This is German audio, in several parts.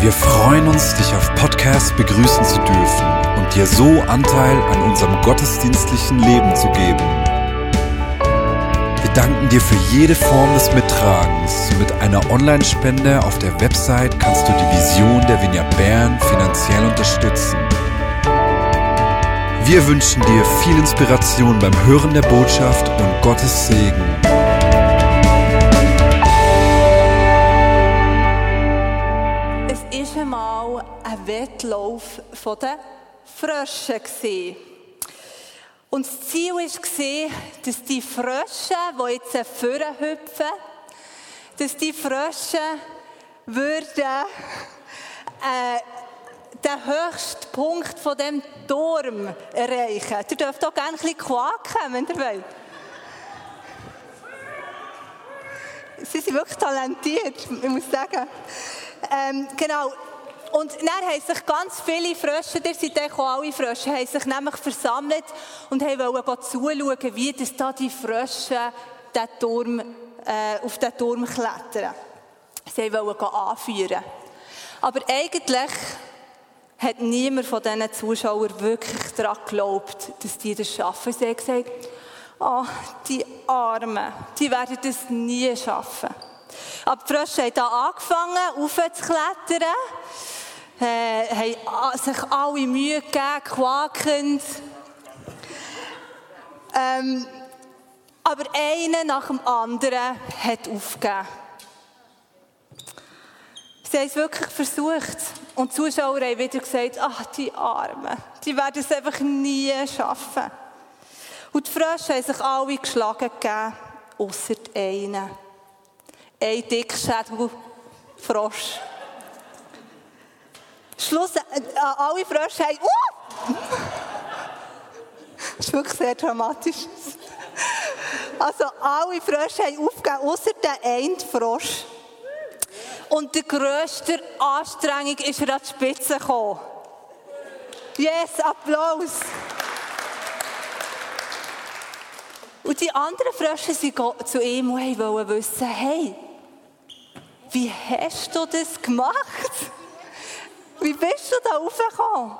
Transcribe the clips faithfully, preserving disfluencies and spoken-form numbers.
Wir freuen uns, dich auf Podcast begrüßen zu dürfen und dir so Anteil an unserem gottesdienstlichen Leben zu geben. Wir danken dir für jede Form des Mittragens. Mit einer Online-Spende auf der Website kannst du die Vision der Vineyard Bern finanziell unterstützen. Wir wünschen dir viel Inspiration beim Hören der Botschaft und Gottes Segen. Es war einmal ein Wettlauf der Frösche. Und das Ziel war, dass die Frösche, die jetzt vorhüpfen, dass die Frösche würden, äh, den höchsten Punkt von diesem Turm erreichen. Ihr dürft auch gerne ein bisschen quaken, wenn ihr wollt. Sie sind wirklich talentiert, ich muss sagen. Ähm, genau. Und dann haben sich ganz viele Frösche, ihr seid auch alle Frösche, haben sich nämlich versammelt und wollten zuschauen, wie das da die Frösche den Turm, äh, auf den Turm klettern. Sie wollten anführen. Aber eigentlich hat niemand von diesen Zuschauern wirklich daran geglaubt, dass die das schaffen. Sie haben gesagt, oh, die Armen, die werden das nie schaffen. Aber die Frösche haben da angefangen, aufzuklettern, äh, haben sich alle Mühe gegeben, quakend. Ähm, aber einer nach dem anderen hat aufgegeben. Sie haben es wirklich versucht. Und die Zuschauer haben wieder gesagt, ach, die Armen, die werden es einfach nie schaffen. Und die Frösche haben sich alle geschlagen gegeben, ausser einen. Ein Dickschädel-Frosch. Schluss, äh, alle Frösche haben, uh! Das ist wirklich sehr dramatisch. Also alle Frösche haben aufgegeben, ausser der eine Frosch. Und die grösste Anstrengung ist er an die Spitze gekommen. Yes, Applaus! Und die anderen Frösche sind zu ihm und wollten wissen, hey, wie hast du das gemacht? Wie bist du da raufgekommen?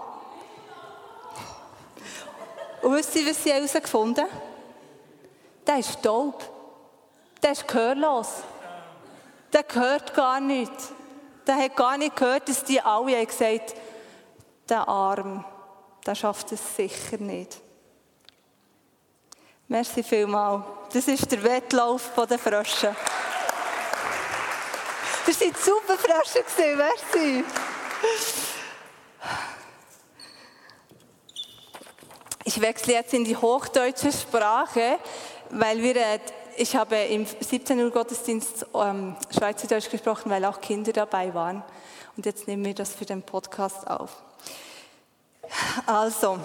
Und wisst ihr, was sie herausgefunden haben? Der ist taub. Der ist gehörlos. Der hört gar nichts. Der hat gar nicht gehört, dass die alle haben gesagt, der Arm, der schafft es sicher nicht. Merci vielmals. Das ist der Wettlauf der Frösche. Das waren super Frösche, merci. Ich wechsle jetzt in die hochdeutsche Sprache, weil wir, ich habe im siebzehn Uhr Gottesdienst ähm, Schweizerdeutsch gesprochen, weil auch Kinder dabei waren. Und jetzt nehmen wir das für den Podcast auf. Also,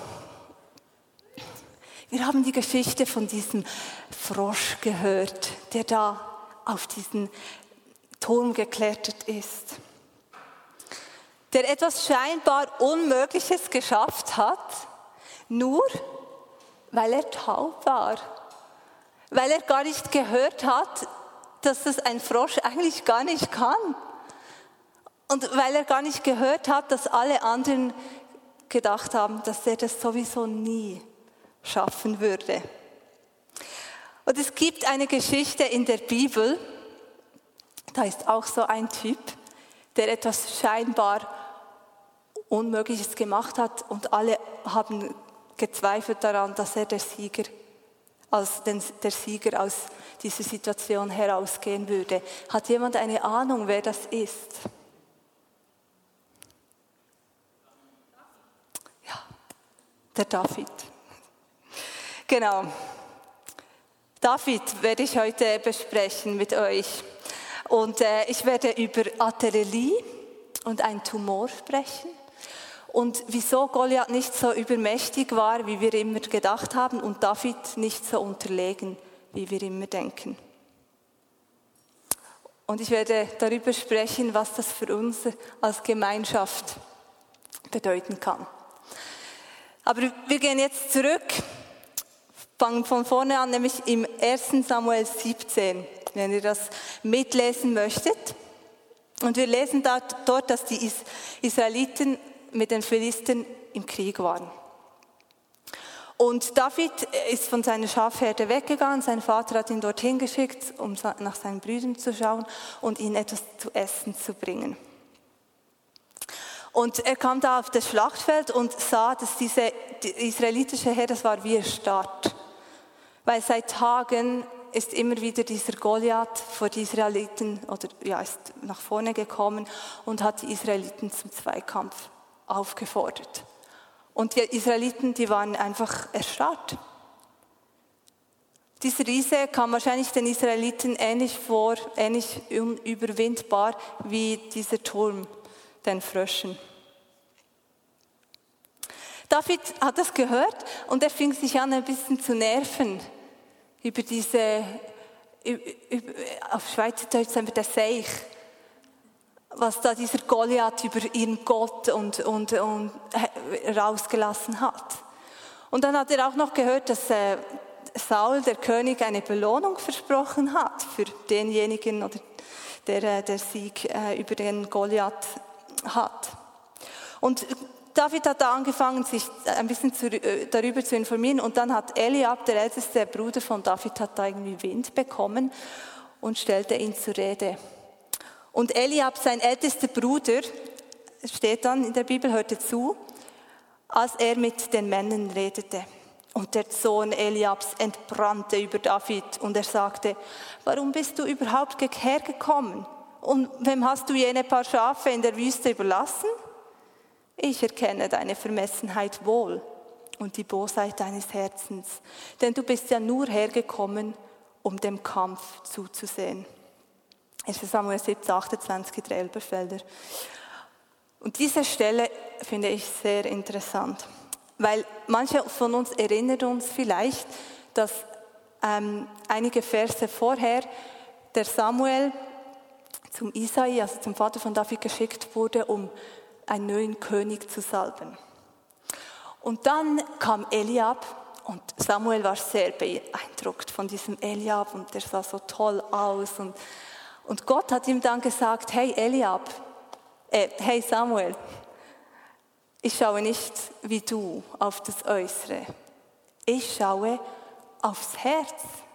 wir haben die Geschichte von diesem Frosch gehört, der da auf diesen Turm geklettert ist. Der etwas scheinbar Unmögliches geschafft hat, nur weil er taub war. Weil er gar nicht gehört hat, dass das ein Frosch eigentlich gar nicht kann. Und weil er gar nicht gehört hat, dass alle anderen gedacht haben, dass er das sowieso nie schaffen würde. Und es gibt eine Geschichte in der Bibel, da ist auch so ein Typ, der etwas scheinbar Unmögliches gemacht hat und alle haben gezweifelt daran, dass er der Sieger, als der Sieger aus dieser Situation herausgehen würde. Hat jemand eine Ahnung, wer das ist? Ja, der David. Genau. David werde ich heute besprechen mit euch. Und äh, ich werde über Artillerie und einen Tumor sprechen. Und wieso Goliath nicht so übermächtig war, wie wir immer gedacht haben, und David nicht so unterlegen, wie wir immer denken. Und ich werde darüber sprechen, was das für uns als Gemeinschaft bedeuten kann. Aber wir gehen jetzt zurück, fangen von vorne an, nämlich im ersten Samuel siebzehn, wenn ihr das mitlesen möchtet. Und wir lesen dort, dass die Israeliten mit den Philistern im Krieg waren. Und David ist von seiner Schafherde weggegangen. Sein Vater hat ihn dorthin geschickt, um nach seinen Brüdern zu schauen und ihnen etwas zu essen zu bringen. Und er kam da auf das Schlachtfeld und sah, dass diese die israelitische Heer, das war wie erstarrt. Weil seit Tagen ist immer wieder dieser Goliath vor die Israeliten, oder ja, ist nach vorne gekommen und hat die Israeliten zum Zweikampf aufgefordert. Und die Israeliten, die waren einfach erstarrt. Dieser Riese kam wahrscheinlich den Israeliten ähnlich vor, ähnlich unüberwindbar wie dieser Turm den Fröschen. David hat das gehört und er fing sich an, ein bisschen zu nerven über diese, über, auf Schweizerdeutsch sagen wir der Seich, was da dieser Goliath über ihren Gott und, und, und rausgelassen hat. Und dann hat er auch noch gehört, dass äh, Saul, der König, eine Belohnung versprochen hat für denjenigen, oder der, der Sieg äh, über den Goliath hat. Und David hat da angefangen, sich ein bisschen zu, äh, darüber zu informieren, und dann hat Eliab, der älteste Bruder von David, hat da irgendwie Wind bekommen und stellte ihn zur Rede. Und Eliab, sein ältester Bruder, steht dann in der Bibel, hörte zu, als er mit den Männern redete. Und der Sohn Eliabs entbrannte über David und er sagte: Warum bist du überhaupt hergekommen? Und wem hast du jene paar Schafe in der Wüste überlassen? Ich erkenne deine Vermessenheit wohl und die Bosheit deines Herzens, denn du bist ja nur hergekommen, um dem Kampf zuzusehen. erster Samuel siebzehn, achtundzwanzig, der Elberfelder. Und diese Stelle finde ich sehr interessant, weil manche von uns erinnern uns vielleicht, dass ähm, einige Verse vorher der Samuel zum Isai, also zum Vater von David, geschickt wurde, um einen neuen König zu salben. Und dann kam Eliab und Samuel war sehr beeindruckt von diesem Eliab und der sah so toll aus. Und, und Gott hat ihm dann gesagt: Hey Eliab, äh, hey Samuel, ich schaue nicht wie du auf das Äußere, ich schaue aufs Herz.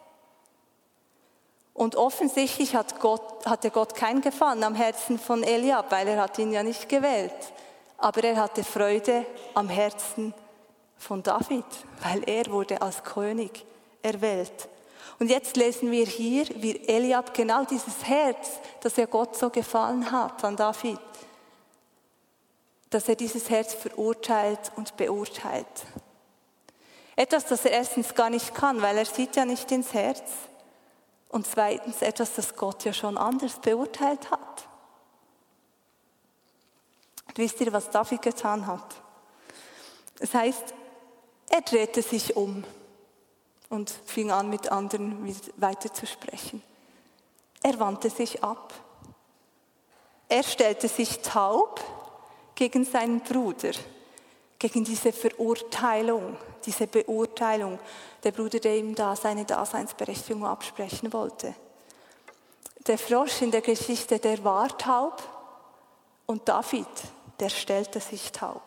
Und offensichtlich hat Gott, hatte Gott keinen Gefallen am Herzen von Eliab, weil er hat ihn ja nicht gewählt. Aber er hatte Freude am Herzen von David, weil er wurde als König erwählt. Und jetzt lesen wir hier, wie Eliab genau dieses Herz, das ja Gott so gefallen hat an David, dass er dieses Herz verurteilt und beurteilt. Etwas, das er erstens gar nicht kann, weil er sieht ja nicht ins Herz. Und zweitens etwas, das Gott ja schon anders beurteilt hat. Und wisst ihr, was David getan hat? Das heißt, er drehte sich um und fing an, mit anderen weiter zu sprechen. Er wandte sich ab. Er stellte sich taub gegen seinen Bruder, gegen diese Verurteilung, diese Beurteilung, der Bruder, der ihm da seine Daseinsberechtigung absprechen wollte. Der Frosch in der Geschichte, der war taub und David, der stellte sich taub.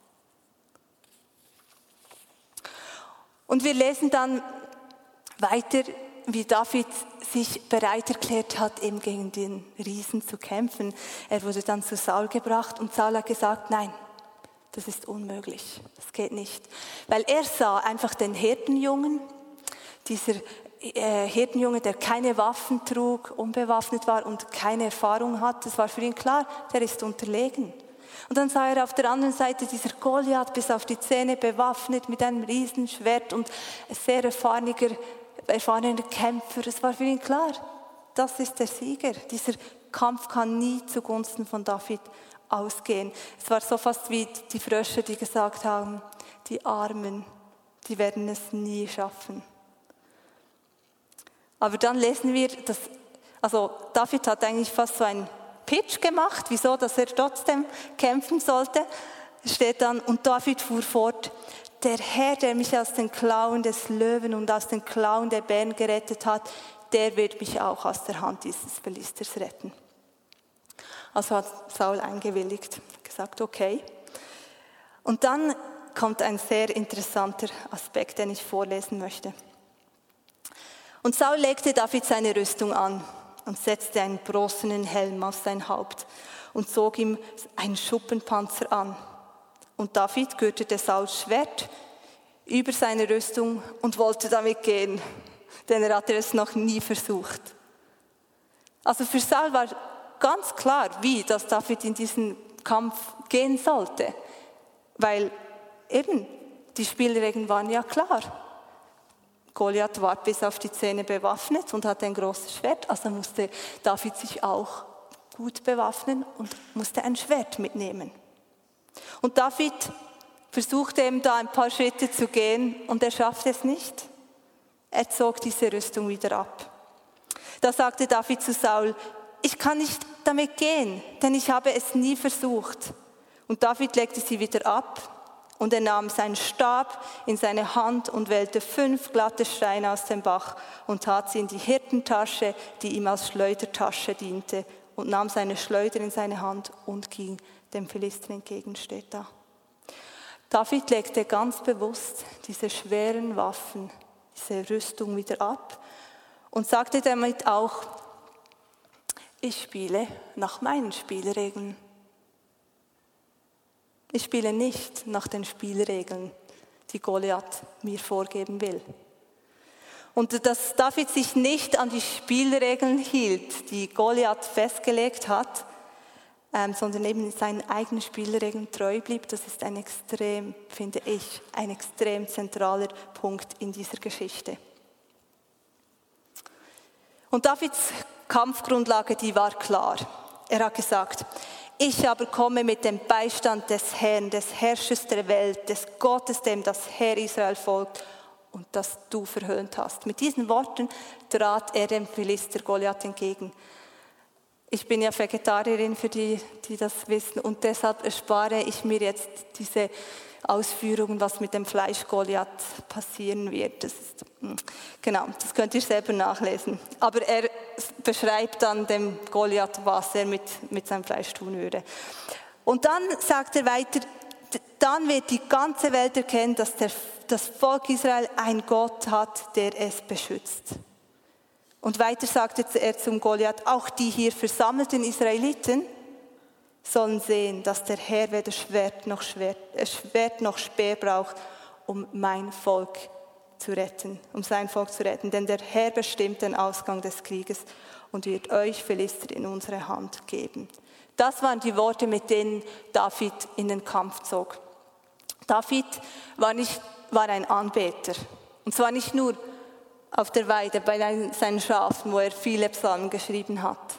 Und wir lesen dann weiter, wie David sich bereit erklärt hat, eben gegen den Riesen zu kämpfen. Er wurde dann zu Saul gebracht und Saul hat gesagt: Nein, das ist unmöglich, das geht nicht. Weil er sah einfach den Hirtenjungen, dieser äh, Hirtenjunge, der keine Waffen trug, unbewaffnet war und keine Erfahrung hat. Das war für ihn klar, der ist unterlegen. Und dann sah er auf der anderen Seite dieser Goliath bis auf die Zähne bewaffnet mit einem Riesenschwert und ein sehr erfahrener, erfahrener Kämpfer. Es war für ihn klar, das ist der Sieger. Dieser Kampf kann nie zugunsten von David ausgehen. Es war so fast wie die Frösche, die gesagt haben: Die Armen, die werden es nie schaffen. Aber dann lesen wir, dass, also David hat eigentlich fast so einen Pitch gemacht, wieso, dass er trotzdem kämpfen sollte. Es steht dann: Und David fuhr fort: Der Herr, der mich aus den Klauen des Löwen und aus den Klauen der Bären gerettet hat, der wird mich auch aus der Hand dieses Philisters retten. Also hat Saul eingewilligt, gesagt, okay. Und dann kommt ein sehr interessanter Aspekt, den ich vorlesen möchte. Und Saul legte David seine Rüstung an und setzte einen bronzenen Helm auf sein Haupt und zog ihm einen Schuppenpanzer an. Und David gürtete Sauls Schwert über seine Rüstung und wollte damit gehen, denn er hatte es noch nie versucht. Also für Saul war ganz klar, wie dass David in diesen Kampf gehen sollte, weil eben die Spielregeln waren ja klar. Goliath war bis auf die Zähne bewaffnet und hatte ein großes Schwert, also musste David sich auch gut bewaffnen und musste ein Schwert mitnehmen. Und David versuchte eben da ein paar Schritte zu gehen und er schaffte es nicht. Er zog diese Rüstung wieder ab. Da sagte David zu Saul, ich kann nicht damit gehen, denn ich habe es nie versucht. Und David legte sie wieder ab. Und er nahm seinen Stab in seine Hand und wählte fünf glatte Steine aus dem Bach und tat sie in die Hirtentasche, die ihm als Schleudertasche diente, und nahm seine Schleuder in seine Hand und ging dem Philister entgegen, steht da. David legte ganz bewusst diese schweren Waffen, diese Rüstung wieder ab und sagte damit auch, ich spiele nach meinen Spielregeln. Ich spiele nicht nach den Spielregeln, die Goliath mir vorgeben will. Und dass David sich nicht an die Spielregeln hielt, die Goliath festgelegt hat, ähm, sondern eben seinen eigenen Spielregeln treu blieb, das ist ein extrem, finde ich, ein extrem zentraler Punkt in dieser Geschichte. Und Davids Kampfgrundlage, die war klar. Er hat gesagt, ich aber komme mit dem Beistand des Herrn, des Herrschers der Welt, des Gottes, dem das Heer Israel folgt und das du verhöhnt hast. Mit diesen Worten trat er dem Philister Goliath entgegen. Ich bin ja Vegetarierin, für die, die das wissen, und deshalb erspare ich mir jetzt diese Ausführungen, was mit dem Fleisch Goliath passieren wird. Das ist, genau, das könnt ihr selber nachlesen. Aber er beschreibt dann dem Goliath, was er mit, mit seinem Fleisch tun würde. Und dann sagt er weiter, dann wird die ganze Welt erkennen, dass der, das Volk Israel einen Gott hat, der es beschützt. Und weiter sagte er zum Goliath, auch die hier versammelten Israeliten sollen sehen, dass der Herr weder Schwert noch, Schwert, äh, Schwert noch Speer braucht, um mein Volk zu retten, um sein Volk zu retten. Denn der Herr bestimmt den Ausgang des Krieges und wird euch Philister in unsere Hand geben. Das waren die Worte, mit denen David in den Kampf zog. David war, nicht, war ein Anbeter. Und zwar nicht nur auf der Weide bei seinen Schafen, wo er viele Psalmen geschrieben hat.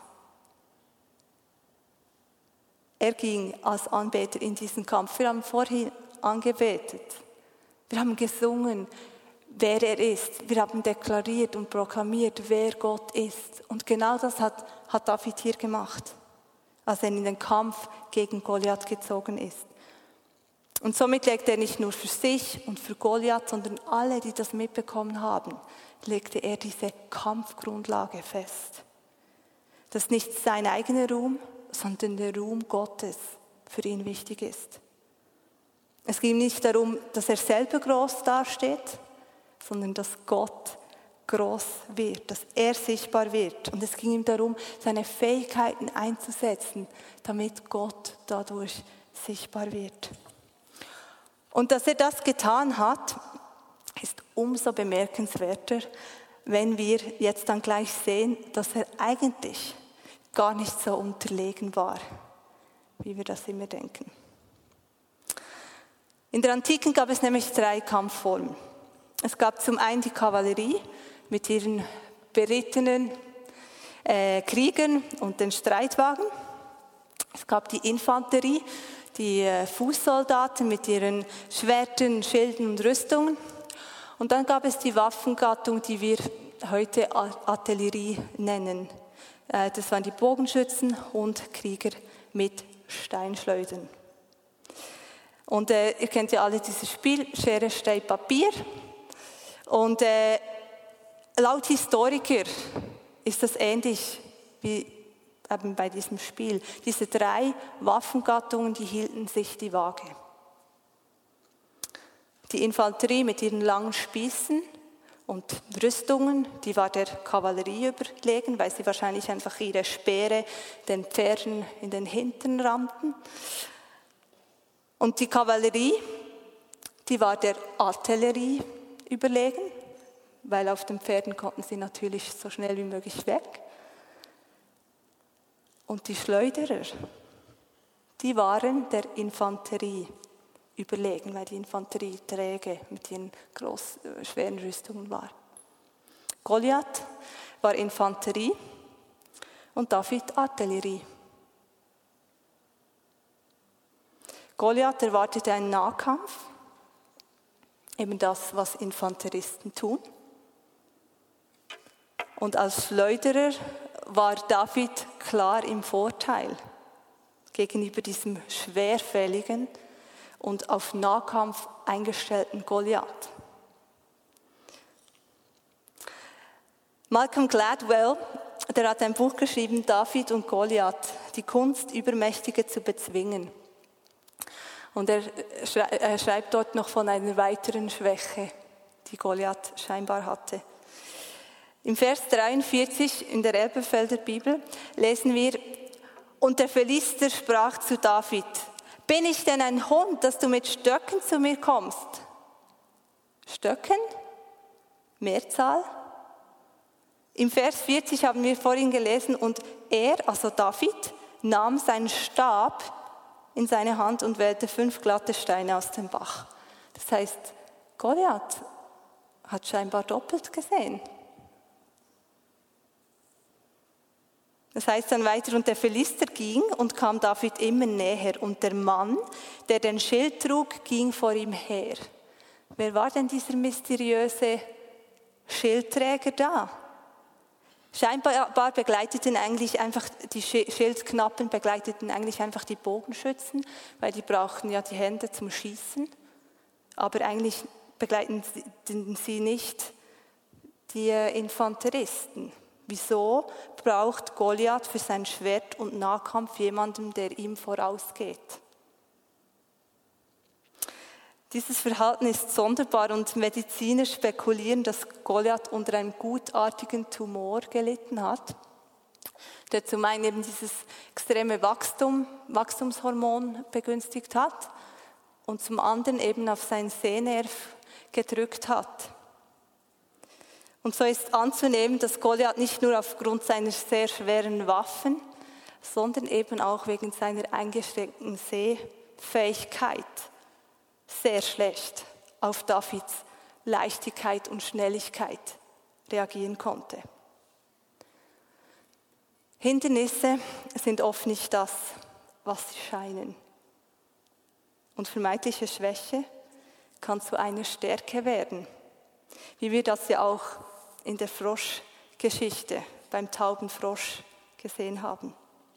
Er ging als Anbeter in diesen Kampf. Wir haben vorhin angebetet. Wir haben gesungen, wer er ist. Wir haben deklariert und proklamiert, wer Gott ist. Und genau das hat, hat David hier gemacht, als er in den Kampf gegen Goliath gezogen ist. Und somit legte er nicht nur für sich und für Goliath, sondern alle, die das mitbekommen haben, legte er diese Kampfgrundlage fest. Das ist nicht sein eigener Ruhm, sondern der Ruhm Gottes für ihn wichtig ist. Es ging nicht darum, dass er selber groß dasteht, sondern dass Gott groß wird, dass er sichtbar wird. Und es ging ihm darum, seine Fähigkeiten einzusetzen, damit Gott dadurch sichtbar wird. Und dass er das getan hat, ist umso bemerkenswerter, wenn wir jetzt dann gleich sehen, dass er eigentlich gar nicht so unterlegen war, wie wir das immer denken. In der Antike gab es nämlich drei Kampfformen. Es gab zum einen die Kavallerie mit ihren berittenen äh, Kriegern und den Streitwagen. Es gab die Infanterie, die äh, Fußsoldaten mit ihren Schwertern, Schilden und Rüstungen. Und dann gab es die Waffengattung, die wir heute Artillerie nennen. Das waren die Bogenschützen und Krieger mit Steinschleudern. Und äh, ihr kennt ja alle dieses Spiel, Schere, Stein, Papier. Und äh, laut Historiker ist das ähnlich wie eben bei diesem Spiel. Diese drei Waffengattungen, die hielten sich die Waage. Die Infanterie mit ihren langen Spießen und Rüstungen, die war der Kavallerie überlegen, weil sie wahrscheinlich einfach ihre Speere den Pferden in den Hintern rammten. Und die Kavallerie, die war der Artillerie überlegen, weil auf den Pferden konnten sie natürlich so schnell wie möglich weg. Und die Schleuderer, die waren der Infanterie überlegen, weil die Infanterie träge mit ihren groß, äh, schweren Rüstungen war. Goliath war Infanterie und David Artillerie. Goliath erwartete einen Nahkampf, eben das, was Infanteristen tun. Und als Schleuderer war David klar im Vorteil gegenüber diesem schwerfälligen und auf Nahkampf eingestellten Goliath. Malcolm Gladwell, der hat ein Buch geschrieben, David und Goliath, die Kunst, Übermächtige zu bezwingen. Und er schreibt dort noch von einer weiteren Schwäche, die Goliath scheinbar hatte. Im Vers dreiundvierzig in der Elberfelder Bibel lesen wir, und der Philister sprach zu David, bin ich denn ein Hund, dass du mit Stöcken zu mir kommst? Stöcken? Mehrzahl? Im Vers vierzig haben wir vorhin gelesen, und er, also David, nahm seinen Stab in seine Hand und wählte fünf glatte Steine aus dem Bach. Das heißt, Goliath hat scheinbar doppelt gesehen. Das heißt dann weiter, und der Philister ging und kam David immer näher, und der Mann, der den Schild trug, ging vor ihm her. Wer war denn dieser mysteriöse Schildträger da? Scheinbar begleiteten eigentlich einfach, die Schildknappen begleiteten eigentlich einfach die Bogenschützen, weil die brauchten ja die Hände zum Schießen. Aber eigentlich begleiten sie nicht die Infanteristen. Wieso braucht Goliath für sein Schwert und Nahkampf jemanden, der ihm vorausgeht? Dieses Verhalten ist sonderbar und Mediziner spekulieren, dass Goliath unter einem gutartigen Tumor gelitten hat, der zum einen eben dieses extreme Wachstum, Wachstumshormon begünstigt hat und zum anderen eben auf seinen Sehnerv gedrückt hat. Und so ist anzunehmen, dass Goliath nicht nur aufgrund seiner sehr schweren Waffen, sondern eben auch wegen seiner eingeschränkten Sehfähigkeit sehr schlecht auf Davids Leichtigkeit und Schnelligkeit reagieren konnte. Hindernisse sind oft nicht das, was sie scheinen. Und vermeintliche Schwäche kann zu einer Stärke werden, wie wir das ja auch in der Froschgeschichte beim tauben Frosch gesehen haben.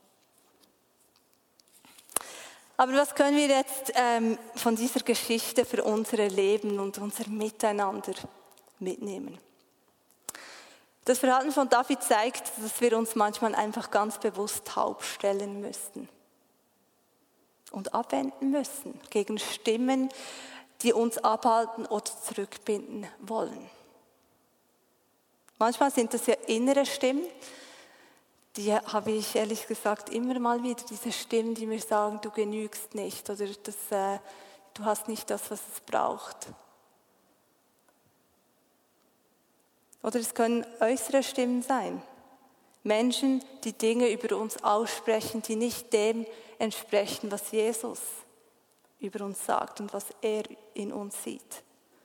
Aber was können wir jetzt ähm, von dieser Geschichte für unser Leben und unser Miteinander mitnehmen? Das Verhalten von David zeigt, dass wir uns manchmal einfach ganz bewusst taub stellen müssen und abwenden müssen gegen Stimmen, die uns abhalten oder zurückbinden wollen. Manchmal sind das ja innere Stimmen, die habe ich ehrlich gesagt immer mal wieder, diese Stimmen, die mir sagen, du genügst nicht oder das, äh, du hast nicht das, was es braucht. Oder es können äußere Stimmen sein. Menschen, die Dinge über uns aussprechen, die nicht dem entsprechen, was Jesus über uns sagt und was er in uns sieht.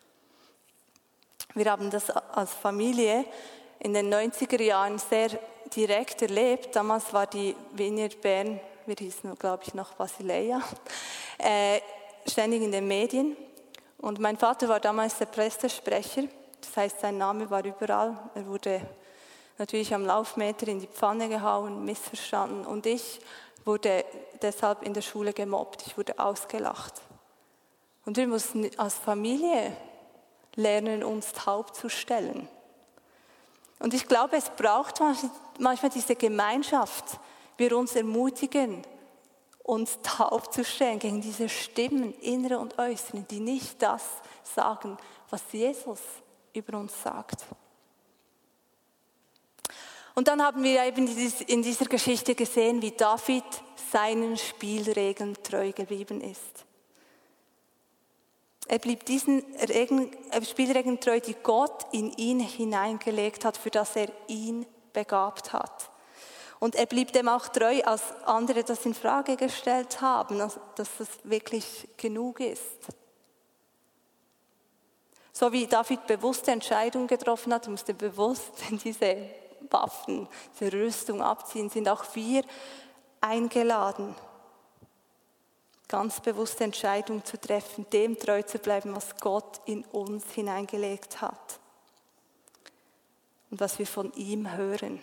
Wir haben das als Familie in den neunziger Jahren sehr direkt erlebt. Damals war die Vineyard Bern, wir hießen glaube ich noch Basileia, äh, ständig in den Medien. Und mein Vater war damals der Pressesprecher, das heißt sein Name war überall. Er wurde natürlich am Laufmeter in die Pfanne gehauen, missverstanden. Und ich wurde deshalb in der Schule gemobbt, ich wurde ausgelacht. Und wir mussten als Familie lernen, uns taub zu stellen. Und ich glaube, es braucht manchmal diese Gemeinschaft, wir uns ermutigen, uns taub zu stellen gegen diese Stimmen, innere und äußere, die nicht das sagen, was Jesus über uns sagt. Und dann haben wir eben in dieser Geschichte gesehen, wie David seinen Spielregeln treu geblieben ist. Er blieb diesen Spielregeln treu, die Gott in ihn hineingelegt hat, für das er ihn begabt hat. Und er blieb dem auch treu, als andere das in Frage gestellt haben, dass das wirklich genug ist. So wie David bewusste Entscheidungen getroffen hat, musste bewusst diese Waffen, diese Rüstung abziehen, sind auch wir eingeladen, ganz bewusste Entscheidungen zu treffen, dem treu zu bleiben, was Gott in uns hineingelegt hat und was wir von ihm hören.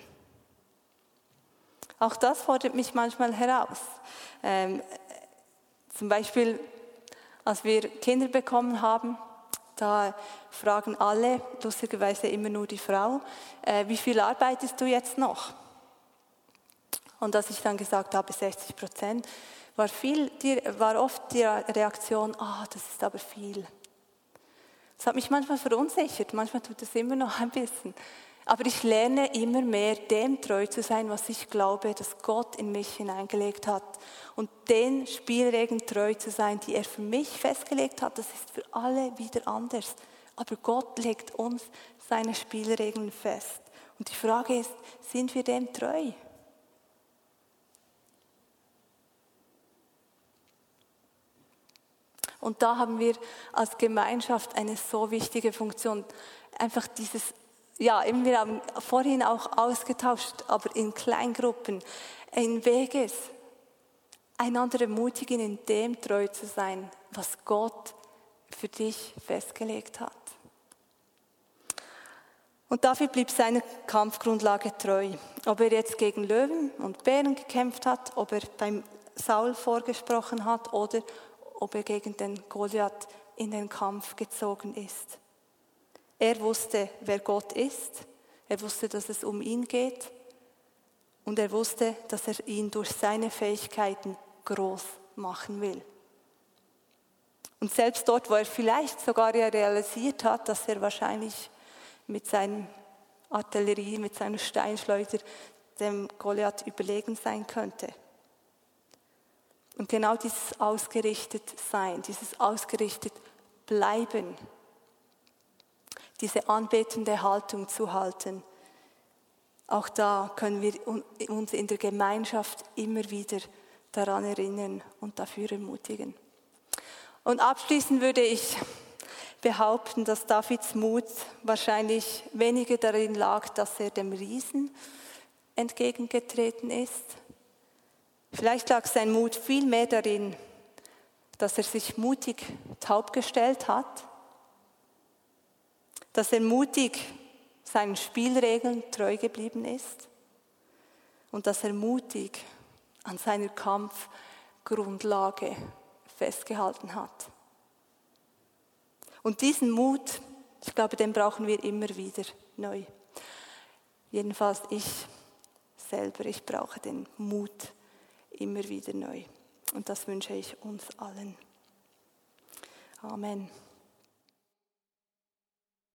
Auch das fordert mich manchmal heraus. Ähm, zum Beispiel, als wir Kinder bekommen haben, da fragen alle, lustigerweise immer nur die Frau, äh, wie viel arbeitest du jetzt noch? Und als ich dann gesagt habe, sechzig Prozent, war, viel, die, war oft die Reaktion, ah, das ist aber viel. Das hat mich manchmal verunsichert, manchmal tut es immer noch ein bisschen. Aber ich lerne immer mehr, dem treu zu sein, was ich glaube, dass Gott in mich hineingelegt hat. Und den Spielregeln treu zu sein, die er für mich festgelegt hat, das ist für alle wieder anders. Aber Gott legt uns seine Spielregeln fest. Und die Frage ist, sind wir dem treu? Und da haben wir als Gemeinschaft eine so wichtige Funktion. Einfach dieses, ja, eben wir haben vorhin auch ausgetauscht, aber in Kleingruppen, in Weges, einander ermutigen, in dem treu zu sein, was Gott für dich festgelegt hat. Und dafür blieb seine Kampfgrundlage treu. Ob er jetzt gegen Löwen und Bären gekämpft hat, ob er beim Saul vorgesprochen hat oder ob er gegen den Goliath in den Kampf gezogen ist. Er wusste, wer Gott ist. Er wusste, dass es um ihn geht. Und er wusste, dass er ihn durch seine Fähigkeiten groß machen will. Und selbst dort, wo er vielleicht sogar realisiert hat, dass er wahrscheinlich mit seiner Artillerie, mit seiner Steinschleuder dem Goliath überlegen sein könnte. Und genau dieses Ausgerichtetsein, dieses Ausgerichtetbleiben, diese anbetende Haltung zu halten, auch da können wir uns in der Gemeinschaft immer wieder daran erinnern und dafür ermutigen. Und abschließend würde ich behaupten, dass Davids Mut wahrscheinlich weniger darin lag, dass er dem Riesen entgegengetreten ist. Vielleicht lag sein Mut viel mehr darin, dass er sich mutig taub gestellt hat, dass er mutig seinen Spielregeln treu geblieben ist und dass er mutig an seiner Kampfgrundlage festgehalten hat. Und diesen Mut, ich glaube, den brauchen wir immer wieder neu. Jedenfalls ich selber, ich brauche den Mut immer wieder neu. Und das wünsche ich uns allen. Amen.